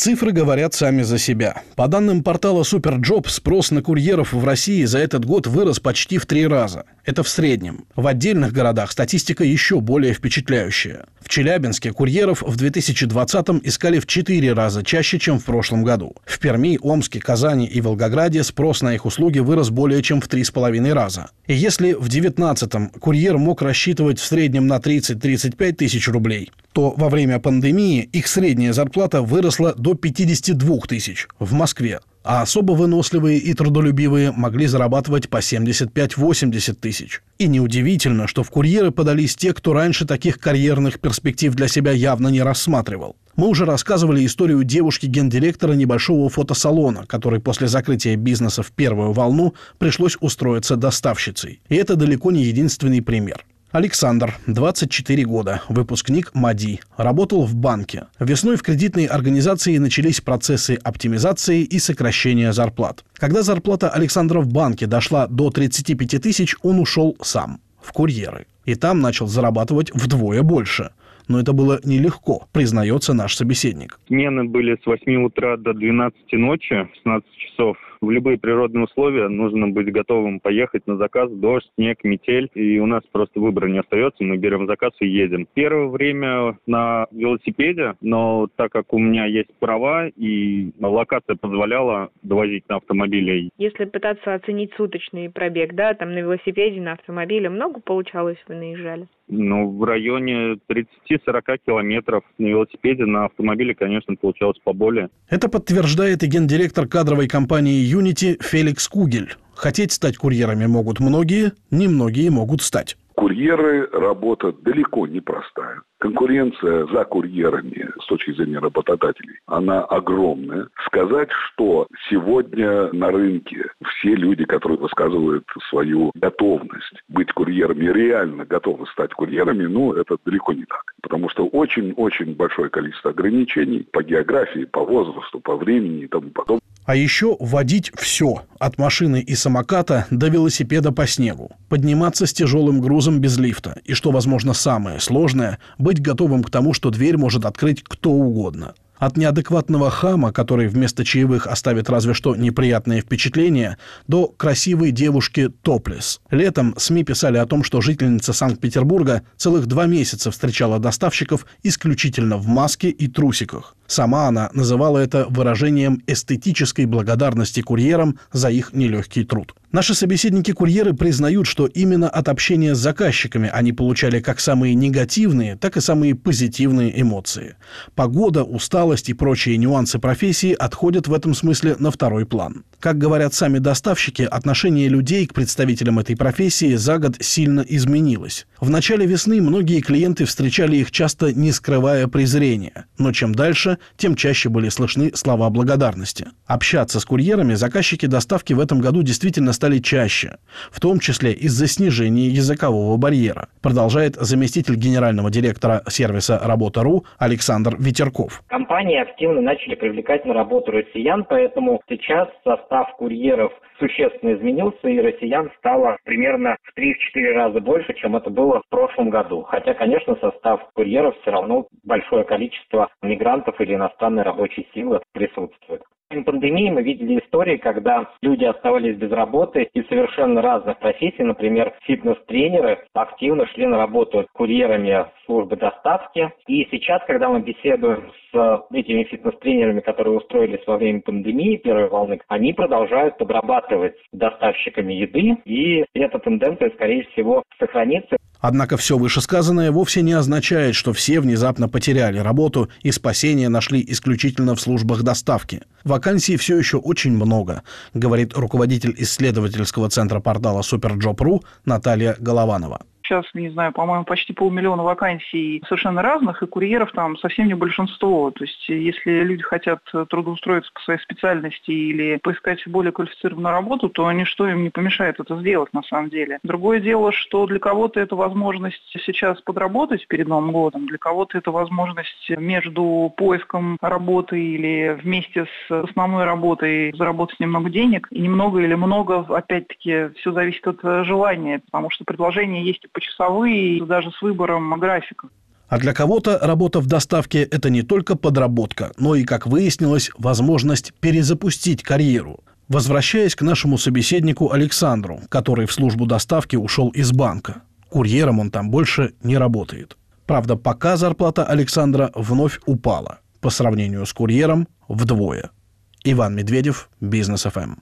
Цифры говорят сами за себя. По данным портала Superjob, спрос на курьеров в России за этот год вырос почти в 3 раза. Это в среднем. В отдельных городах статистика еще более впечатляющая. В Челябинске курьеров в 2020-м искали в 4 раза чаще, чем в прошлом году. В Перми, Омске, Казани и Волгограде спрос на их услуги вырос более чем в 3,5 раза. И если в 2019-м курьер мог рассчитывать в среднем на 30-35 тысяч рублей, то во время пандемии их средняя зарплата выросла до 52 тысяч в Москве, а особо выносливые и трудолюбивые могли зарабатывать по 75-80 тысяч. И неудивительно, что в курьеры подались те, кто раньше таких карьерных перспектив для себя явно не рассматривал. Мы уже рассказывали историю девушки-гендиректора небольшого фотосалона, которой после закрытия бизнеса в первую волну пришлось устроиться доставщицей. И это далеко не единственный пример. Александр, 24 года, выпускник МАДИ, работал в банке. Весной в кредитной организации начались процессы оптимизации и сокращения зарплат. Когда зарплата Александра в банке дошла до 35 тысяч, он ушел сам, в курьеры. И там начал зарабатывать вдвое больше. Но это было нелегко, признается наш собеседник. Смены были с 8 утра до 12 ночи, 16 часов. В любые природные условия нужно быть готовым поехать на заказ, дождь, снег, метель. И у нас просто выбора не остается, мы берем заказ и едем. Первое время на велосипеде, но так как у меня есть права и локация позволяла довозить на автомобиле. Если пытаться оценить суточный пробег, да, там на велосипеде, на автомобиле, много получалось, вы наезжали? В районе 30-40 километров. На велосипеде, на автомобиле, конечно, получалось поболее. Это подтверждает и гендиректор кадровой компании Unity Феликс Кугель. Хотеть стать курьерами могут многие, немногие могут стать. Курьеры – работа далеко не простая. Конкуренция за курьерами с точки зрения работодателей, она огромная. Сказать, что сегодня на рынке все люди, которые высказывают свою готовность быть курьерами, реально готовы стать курьерами, это далеко не так. Потому что очень-очень большое количество ограничений по географии, по возрасту, по времени и тому подобное. А еще водить все, от машины и самоката до велосипеда по снегу. Подниматься с тяжелым грузом без лифта. И, что, возможно, самое сложное, быть готовым к тому, что дверь может открыть кто угодно. От неадекватного хама, который вместо чаевых оставит разве что неприятные впечатления, до красивой девушки топлес. Летом СМИ писали о том, что жительница Санкт-Петербурга целых 2 месяца встречала доставщиков исключительно в маске и трусиках. Сама она называла это выражением эстетической благодарности курьерам за их нелегкий труд. Наши собеседники-курьеры признают, что именно от общения с заказчиками они получали как самые негативные, так и самые позитивные эмоции. Погода, усталость и прочие нюансы профессии отходят в этом смысле на второй план. Как говорят сами доставщики, отношение людей к представителям этой профессии за год сильно изменилось. В начале весны многие клиенты встречали их часто не скрывая презрения, но чем дальше, тем чаще были слышны слова благодарности. Общаться с курьерами заказчики доставки в этом году действительно стали чаще, в том числе из-за снижения языкового барьера, продолжает заместитель генерального директора сервиса «Работа.ру» Александр Ветерков. Компании активно начали привлекать на работу россиян, поэтому сейчас состав курьеров существенно изменился, и россиян стало примерно в 3-4 раза больше, чем это было в прошлом году. Хотя, конечно, состав курьеров все равно большое количество мигрантов или иностранной рабочей силы присутствует. В пандемии мы видели истории, когда люди оставались без работы из совершенно разных профессий. Например, фитнес-тренеры активно шли на работу курьерами службы доставки. И сейчас, когда мы беседуем с этими фитнес-тренерами, которые устроились во время пандемии первой волны, они продолжают подрабатывать доставщиками еды, и эта тенденция, скорее всего, сохранится. Однако все вышесказанное вовсе не означает, что все внезапно потеряли работу и спасение нашли исключительно в службах доставки. Вакансий все еще очень много, говорит руководитель исследовательского центра портала Superjob.ru Наталья Голованова. Сейчас, не знаю, по-моему, почти 500 000 вакансий совершенно разных, и курьеров там совсем не большинство. То есть, если люди хотят трудоустроиться по своей специальности или поискать более квалифицированную работу, то ничто им не помешает это сделать на самом деле. Другое дело, что для кого-то это возможность сейчас подработать перед Новым годом, для кого-то это возможность между поиском работы или вместе с основной работой заработать немного денег. И немного или много, опять-таки, все зависит от желания, потому что предложения есть почасовые, даже с выбором графиков. А для кого-то работа в доставке – это не только подработка, но и, как выяснилось, возможность перезапустить карьеру. Возвращаясь к нашему собеседнику Александру, который в службу доставки ушел из банка. Курьером он там больше не работает. Правда, пока зарплата Александра вновь упала. По сравнению с курьером вдвое. Иван Медведев, Бизнес ФМ.